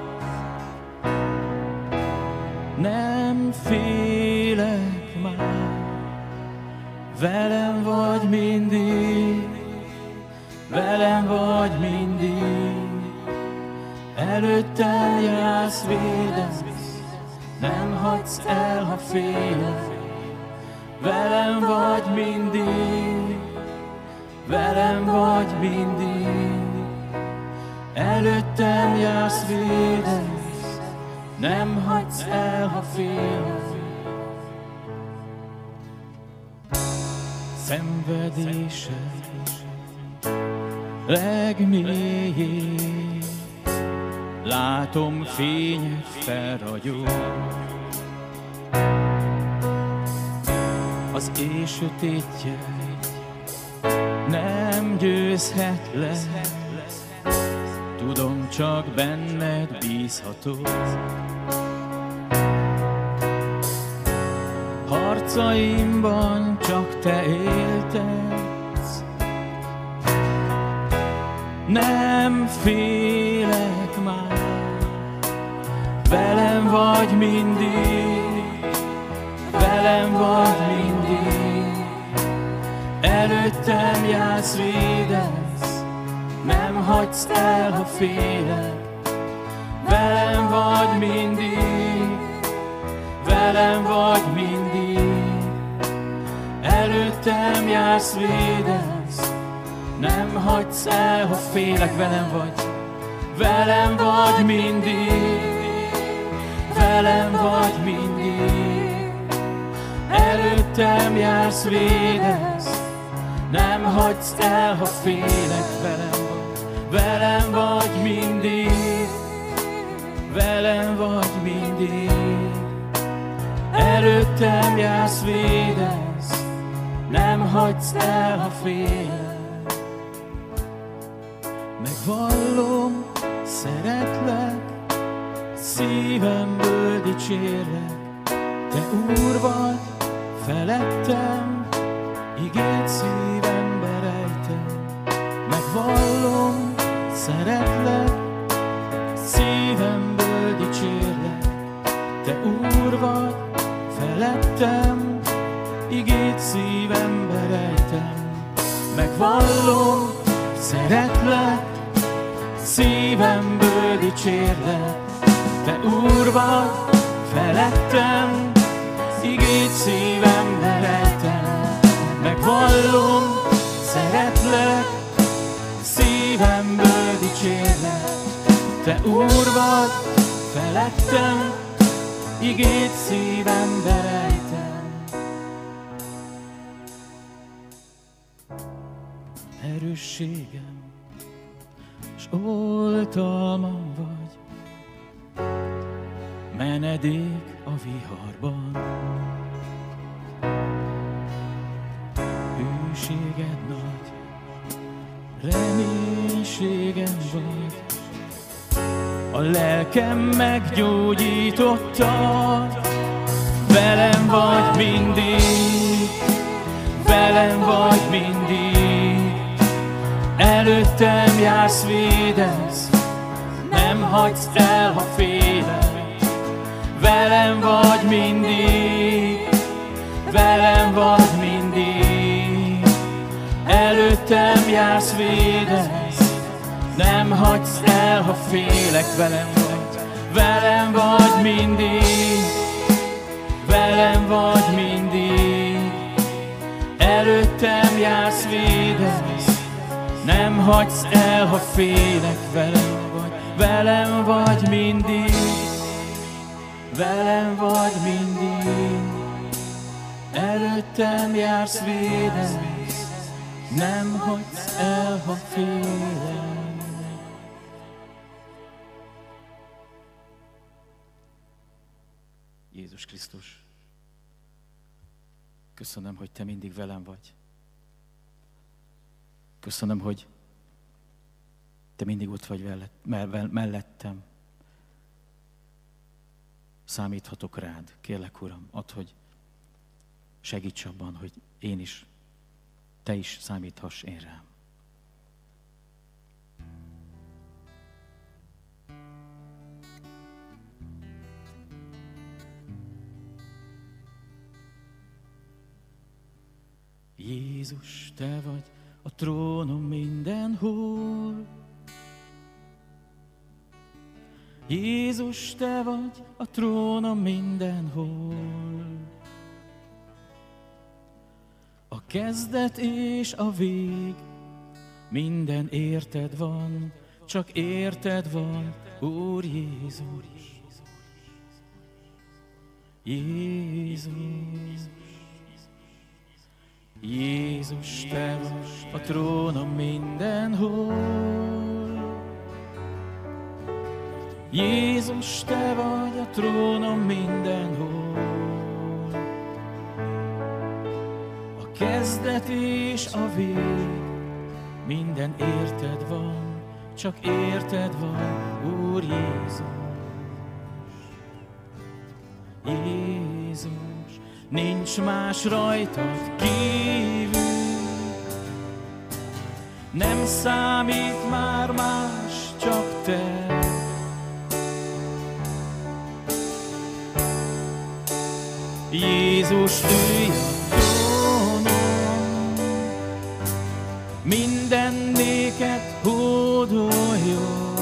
Speaker 2: nem félek már, velem vagy mindig, velem vagy mindig, előttem jársz, védesz, nem hagysz el, ha félek, velem vagy mindig, velem vagy mindig, előttem jársz, védesz, nem hagysz el, ha félek. Szenvedésed legmélyén, látom fényed felragyog, az éj sötétje nem győzhet le, tudom, csak benned bízhatok. Harcaimban csak te éltetsz, nem félek már, velem vagy mindig, velem vagy mindig, előttem jársz, védesz, nem hagysz el, ha félek, velem vagy mindig, velem vagy mindig, előttem jársz, védesz, nem hagysz el, ha félek, velem vagy mindig, velem vagy mindig, előttem jársz, védesz, nem hagysz el, ha félek, velem vagy mindig, velem vagy mindig, előttem jársz, védesz, nem hagysz el, ha félek. Megvallom, szeretlek, szívemből dicsérlek, te Úr vagy felettem, igéd szívembe rejtem. Megvallom, szeretlek, szívemből dicsérlek, te Úr vagy felettem, igéd szívembe rejtem. Megvallom, szeretlek, szívemből dicsérlek, te Úr vagy felettem, igéd szívembe rejtem. Megvallom, szeretlek, szívemből dicsérlek, te Úr vagy felettem, igéd szívembe rejtem. Erősségem s oltalmam vagy, menedék a viharban. Hűséged nagy, reménységem vagy, a lelkem meggyógyította, velem vagy mindig, velem vagy mindig, előttem jársz, védesz, nem hagysz el, ha félek, velem vagy mindig, velem vagy mindig, előttem jársz, védesz, nem hagysz el, ha félek, velem vagy mindig, velem vagy mindig, előttem jársz, védesz, nem hagysz el, ha félek, velem vagy mindig, velem vagy mindig, előttem jársz, védesz, nem hagysz el, ha félek. Jézus Krisztus, köszönöm, hogy te mindig velem vagy. Köszönöm, hogy te mindig ott vagy mellettem. Számíthatok rád. Kérlek, Uram, add, hogy segíts abban, hogy te is számíthass én rám. Jézus, te vagy a trónom mindenhol. Jézus, te vagy a trónom mindenhol. A kezdet és a vég, minden érted van, csak érted van, Úr Jézus. Jézus. Jézus, te vagy a trónom mindenhol. Jézus, te vagy a trónom mindenhol. A kezdet és a vég, minden érted van, csak érted van, Úr Jézus. Jézus. Nincs más rajtad kívül, nem számít már más, csak te. Jézus, ülj a trónon, minden néked hódoljon,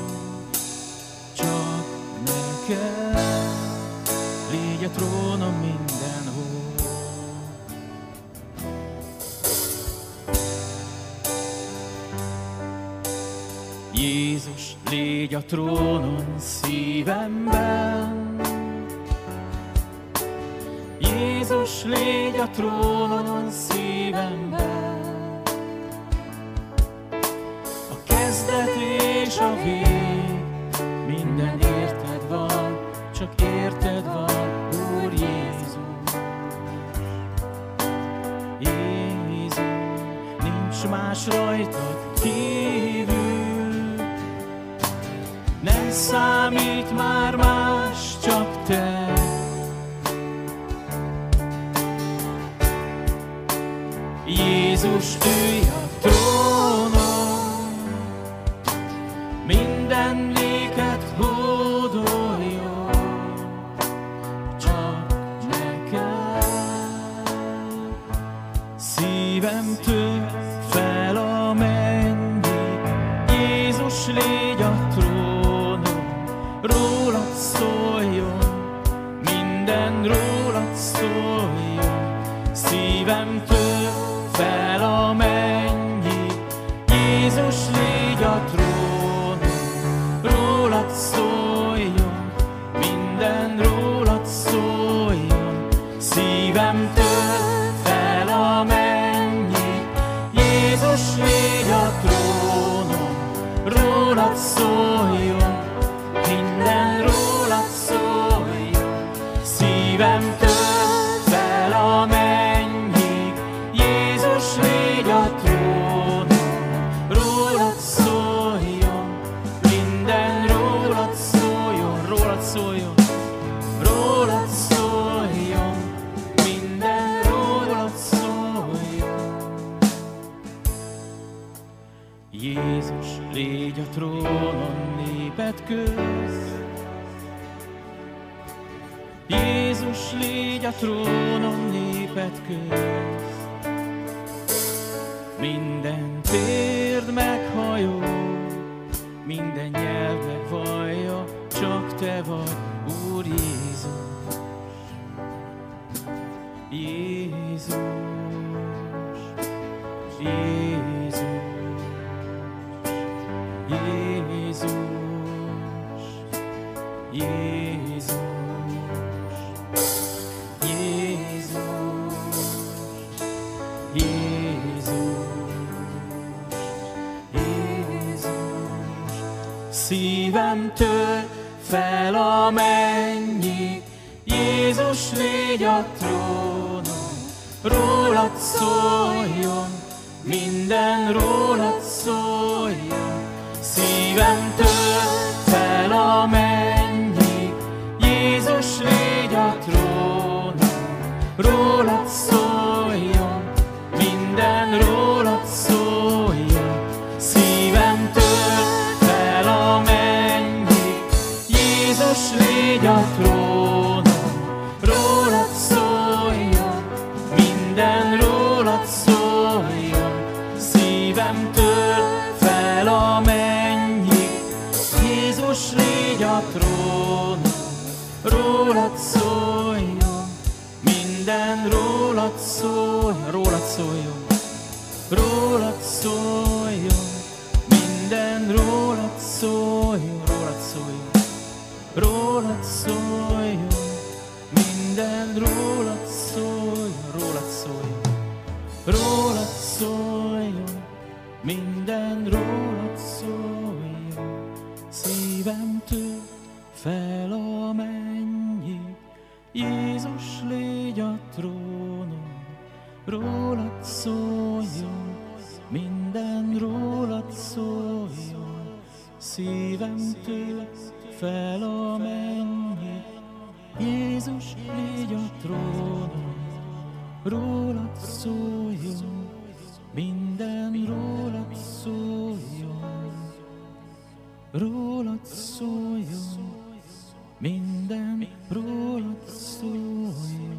Speaker 2: csak neked légy a trónom mindenhol. Jézus, légy a trónon szívemben. Jézus, légy a trónon szívemben. A kezdet és a vég, minden érted van, csak érted van, Úr Jézus. Jézus, nincs más rajtad kívül, nem számít már más, csak te. Jézus, ülj a trónon, minden néked hódoljon, csak neked. Szívemtől fel a mennyig, Jézus, légy a trónon, rólad szóljon, minden rólad szóljon. Szívemtől fel a mennyig, Jézus, légy a trónon, rólad szóljon, minden rólad szóljon. Szívemtől fel a mennyig, Jézus, légy a trónon, rólad szóljon, minden rólad szóljon. Szívemtől fel a mennyig, Jézus, légy a trónon, rólad szóljon, minden rólad szóljon, rólad szóljon, rólad szóljon, minden rólad szóljon. Jézus, légy a trónon néped köz. Jézus, légy a trónon néped köz. Minden térd meghajol, minden nyelv megvallja, csak te vagy, Úr Jézus. Jézus, Jézus, Jézus, Jézus, Jézus, Jézus. Szívemtől fel a mennyig, Jézus, légy a trónon, rólad szóljon, minden rólad szóljon. Szívemtől fel a mennyig, Jézus, légy a trónon, rólad szóljon, szóljon, szívemtől fel a mennyig. Jézus, légy a trónon, rólad szóljon, minden rólad szóljon, rólad szóljon, rólad szóljon, minden rólad szóljon, rólad szóljon, rólad szóljon, minden rólad szóljon, rólad szóljon, rólad szóljon, minden rólad szóljon, szívemtől fel a mennyig. Jézus, légy a trónon, rólad szóljon, minden rólad szóljon, szívemtől fel a mennyig. Jézus, légy a trónon, rólad szóljon, minden rólad szóljon, rólad szóljon, minden rólad szóljon.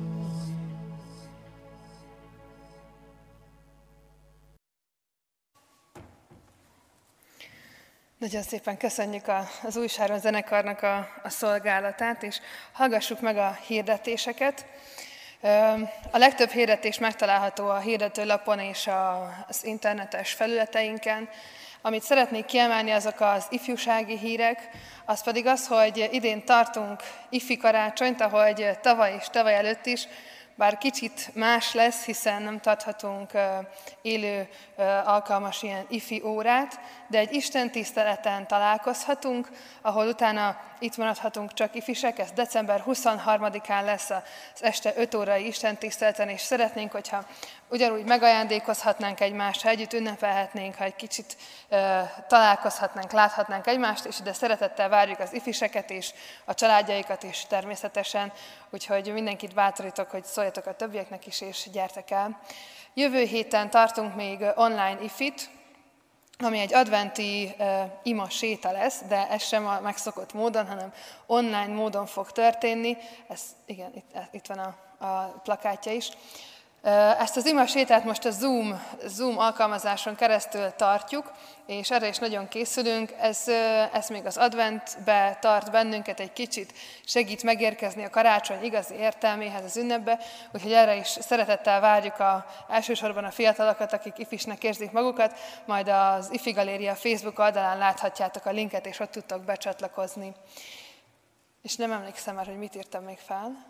Speaker 1: Nagyon szépen köszönjük az Újsáron zenekarnak a szolgálatát, és hallgassuk meg a hirdetéseket. A legtöbb hirdetés megtalálható a hirdetőlapon és az internetes felületeinken. Amit szeretnék kiemelni, azok az ifjúsági hírek, az pedig az, hogy idén tartunk ifi karácsonyt, ahogy tavaly és tavaly előtt is, bár kicsit más lesz, hiszen nem tarthatunk élő, alkalmas ilyen ifi órát, de egy istentiszteleten találkozhatunk, ahol utána itt maradhatunk csak ifisek. Ez december 23-án lesz az este 5 órai istentiszteleten, és szeretnénk, hogyha ugyanúgy megajándékozhatnánk egymást, ha együtt ünnepelhetnénk, ha egy kicsit találkozhatnánk, láthatnánk egymást, és ide szeretettel várjuk az ifiseket és a családjaikat is természetesen, úgyhogy mindenkit bátorítok, hogy szóljatok a többieknek is, és gyertek el. Jövő héten tartunk még online ifit, ami egy adventi ima séta lesz, de ez sem a megszokott módon, hanem online módon fog történni. Ez, igen, itt van a plakátja is. Ezt az ima sétát most a Zoom alkalmazáson keresztül tartjuk, és erre is nagyon készülünk. Ez még az adventbe tart bennünket egy kicsit, segít megérkezni a karácsony igazi értelméhez, az ünnepbe, úgyhogy erre is szeretettel várjuk elsősorban a fiatalokat, akik ifisnek érzik magukat, majd az Ifi Galéria Facebook oldalán láthatjátok a linket, és ott tudtok becsatlakozni. És nem emlékszem már, hogy mit írtam még fel.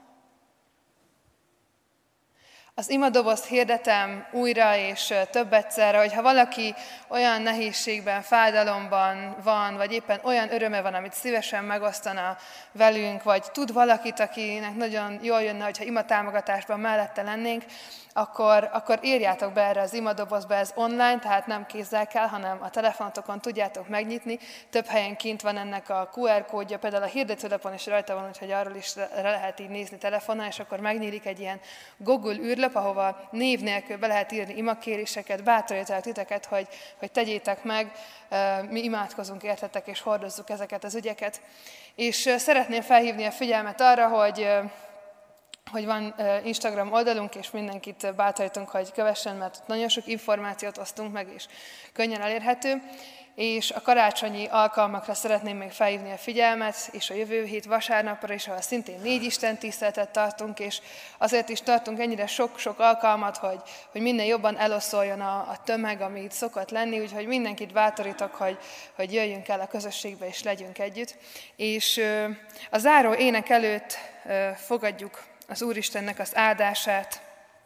Speaker 1: Az imadobozt hirdetem újra és több egyszerre, hogy ha valaki olyan nehézségben, fájdalomban van, vagy éppen olyan öröme van, amit szívesen megosztana velünk, vagy tud valakit, akinek nagyon jól jönne, hogyha imatámogatásban mellette lennénk, akkor írjátok be erre az imadobozba, ez online, tehát nem kézzel kell, hanem a telefonotokon tudjátok megnyitni. Több helyen kint van ennek a QR kódja, például a hirdetőlapon is rajta van, úgyhogy arról is lehet így nézni telefonon, és akkor megnyílik egy ilyen Google űrlap, ahova név nélkül be lehet írni imakéréseket, bátorítalak titeket, hogy tegyétek meg, mi imádkozunk értetek, és hordozzuk ezeket az ügyeket. És szeretném felhívni a figyelmet arra, hogy van Instagram oldalunk, és mindenkit bátorítunk, hogy kövessen, mert nagyon sok információt osztunk meg, és könnyen elérhető. És a karácsonyi alkalmakra szeretném még felhívni a figyelmet, és a jövő hét vasárnapra is, ahol szintén 4 istentiszteletet tartunk, és azért is tartunk ennyire sok-sok alkalmat, hogy minél jobban eloszoljon a tömeg, ami itt szokott lenni, úgyhogy mindenkit bátorítok, hogy jöjjünk el a közösségbe, és legyünk együtt. És a záró ének előtt fogadjuk az Úristennek az áldását.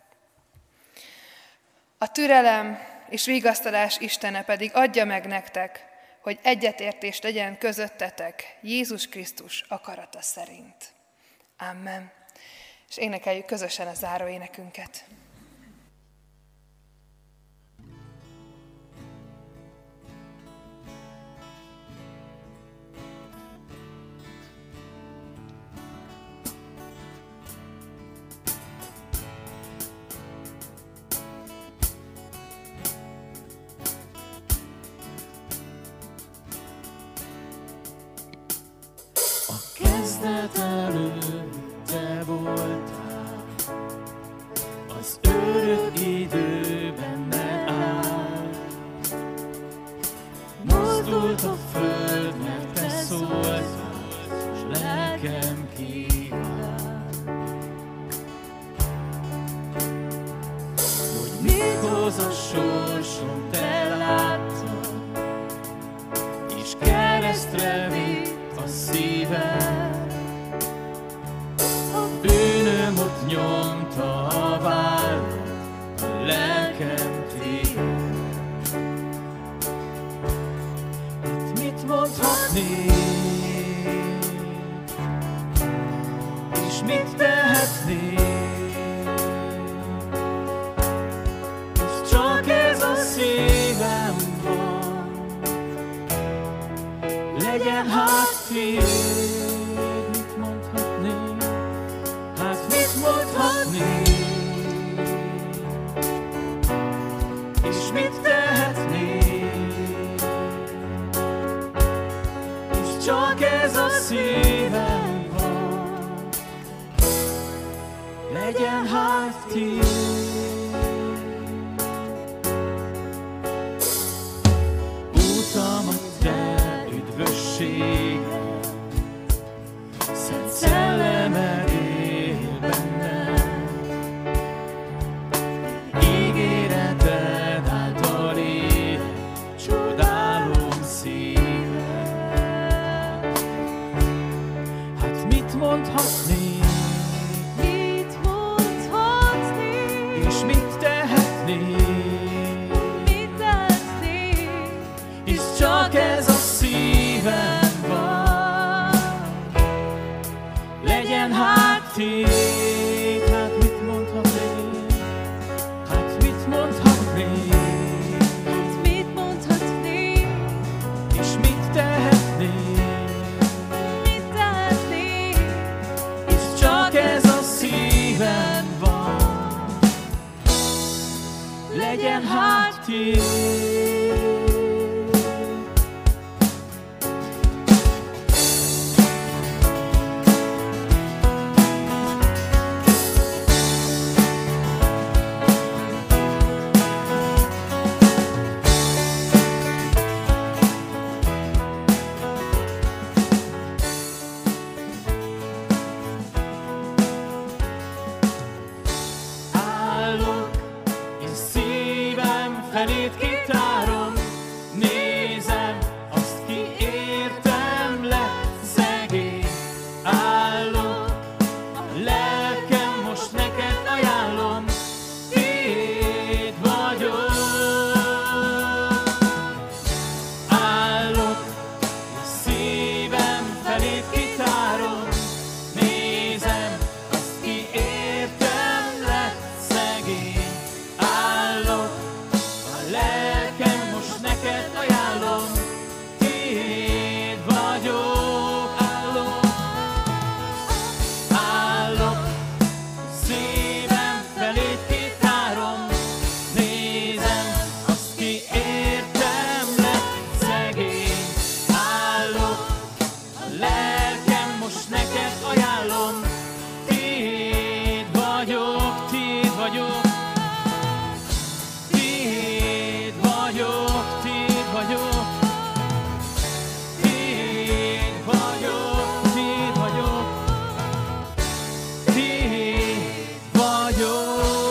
Speaker 1: A türelem és vigasztalás Istene pedig adja meg nektek, hogy egyetértés legyen közöttetek Jézus Krisztus akarata szerint. Amen. És énekeljük közösen a záró énekünket.
Speaker 2: Kezdet előtt te voltál, az örök időben nem volt a föld, mert te szóltál, s lelkem kíván. Hogy mit hoz a sorsom, te láttad, és keresztre vitt a szívem. A bűnöm ott nyomta a vállat, a lelkem téged. Itt mit mondhatnék, és mit tehetnék, és csak ez a szívem van. Legyen hát tiéd, mit mondhatnék, hát mit mondhatnék, és mit tehetnék, és csak ez a szívem van. Legyen hát tiéd. Utamat te üdvösséged, Szent Szellemed él bennem. Ígéreted által élek, csodálom szívem. Hát mit mondhatnék,
Speaker 3: Mit mondhatnék,
Speaker 2: és mit tehetnék,
Speaker 3: mit tehetnék,
Speaker 2: és csak ez a szívem van. Legyen hát tiéd, hát mit mondhatnék, hát mit mondhatnék,
Speaker 3: hát mit mondhatnék,
Speaker 2: és mit tehetnék,
Speaker 3: mit tehetnék,
Speaker 2: és csak ez a szívem van. Legyen hát tiéd. Állok, és szívem felét kitárom, nézem azt, ki értem lett szegény. Állok, a lelkem most neked ajánlom, tiéd vagyok. Állok, és szívem felét kitárom, nézem azt, ki értem lett szegény. Állok, a lelkem most neked ajánlom, tiéd vagyok. Állok, szívem felét kitárom, nézem azt, ki értem lett szegény. Állok, a lelkem most neked ajánlom, tiéd vagyok, tiéd vagyok. Tiéd vagyok, tiéd vagyok. Tiéd vagyok, tiéd vagyok. Tiéd vagyok.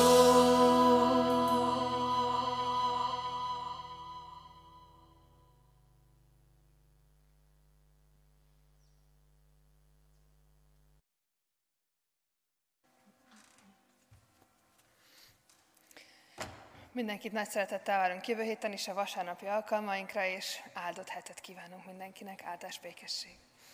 Speaker 1: Mindenkit nagy szeretettel várunk jövő héten is a vasárnapi alkalmainkra, és áldott hetet kívánunk mindenkinek, áldás, békesség.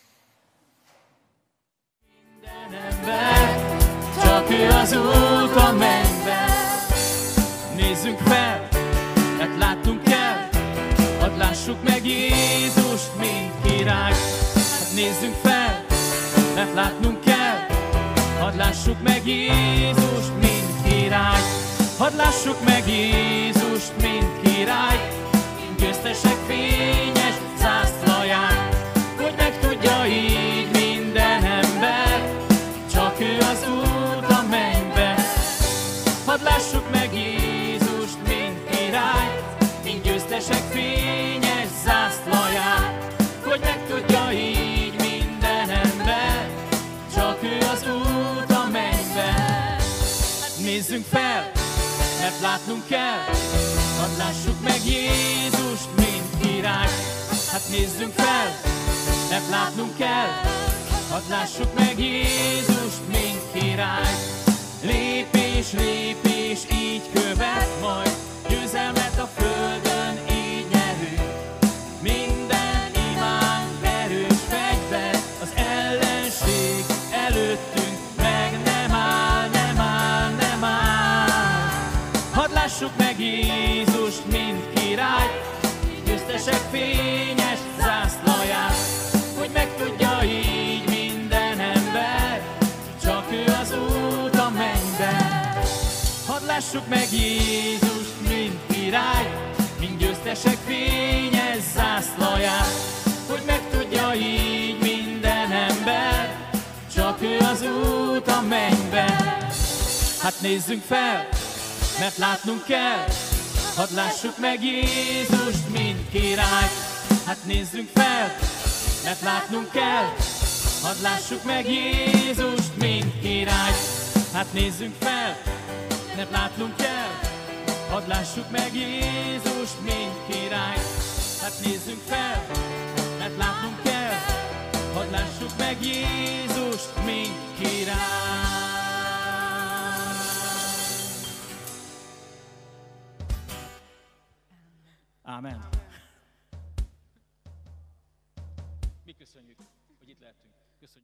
Speaker 2: Ember, csak ő az út a mennybe. Nézzünk fel, mert láttunk el, hadd lássuk meg Jézust, mint király. Hát nézzünk fel, mert látnunk kell, hadd lássuk meg Jézust, mint király. Hadd lássuk meg Jézust, mint király, mint győztesek fényes zászlaját, hogy megtudja így minden ember, csak ő az út a mennybe. Hadd lássuk meg Jézust, mint király, mint győztesek fényes zászlaját, látnunk kell, hadd lássuk meg Jézust, mint király. Hát nézzünk fel, mert látnunk kell, hadd lássuk meg Jézust, mint király. Lépés, lépés, így követ majd, győzelmet a földön így nyerünk. Minden imánk erős fegyver, az ellenség előttünk meg nem áll, nem áll, nem áll. Hadd lássuk meg Jézust, mint király, győztesek fényes zászlaját, hogy megtudja így minden ember, csak ő az út a mennybe. Hadd lássuk meg Jézust, mint király, mint győztesek fényes zászlaját, hogy megtudja így minden ember, csak ő az út a mennybe. Hát nézzünk fel, mert látnunk kell, hadd lássuk meg Jézust, mint király. Hát nézzünk fel, mert látnunk kell, hadd lássuk meg Jézust, mint király. Hát nézzünk fel, mert látnunk kell, hadd lássuk meg Jézust, mint király. Hát nézzünk fel, mert látnunk kell, hadd lássuk meg Jézust, mint király. Ámen. Mi köszönjük, hogy itt lehetünk. Köszönjük.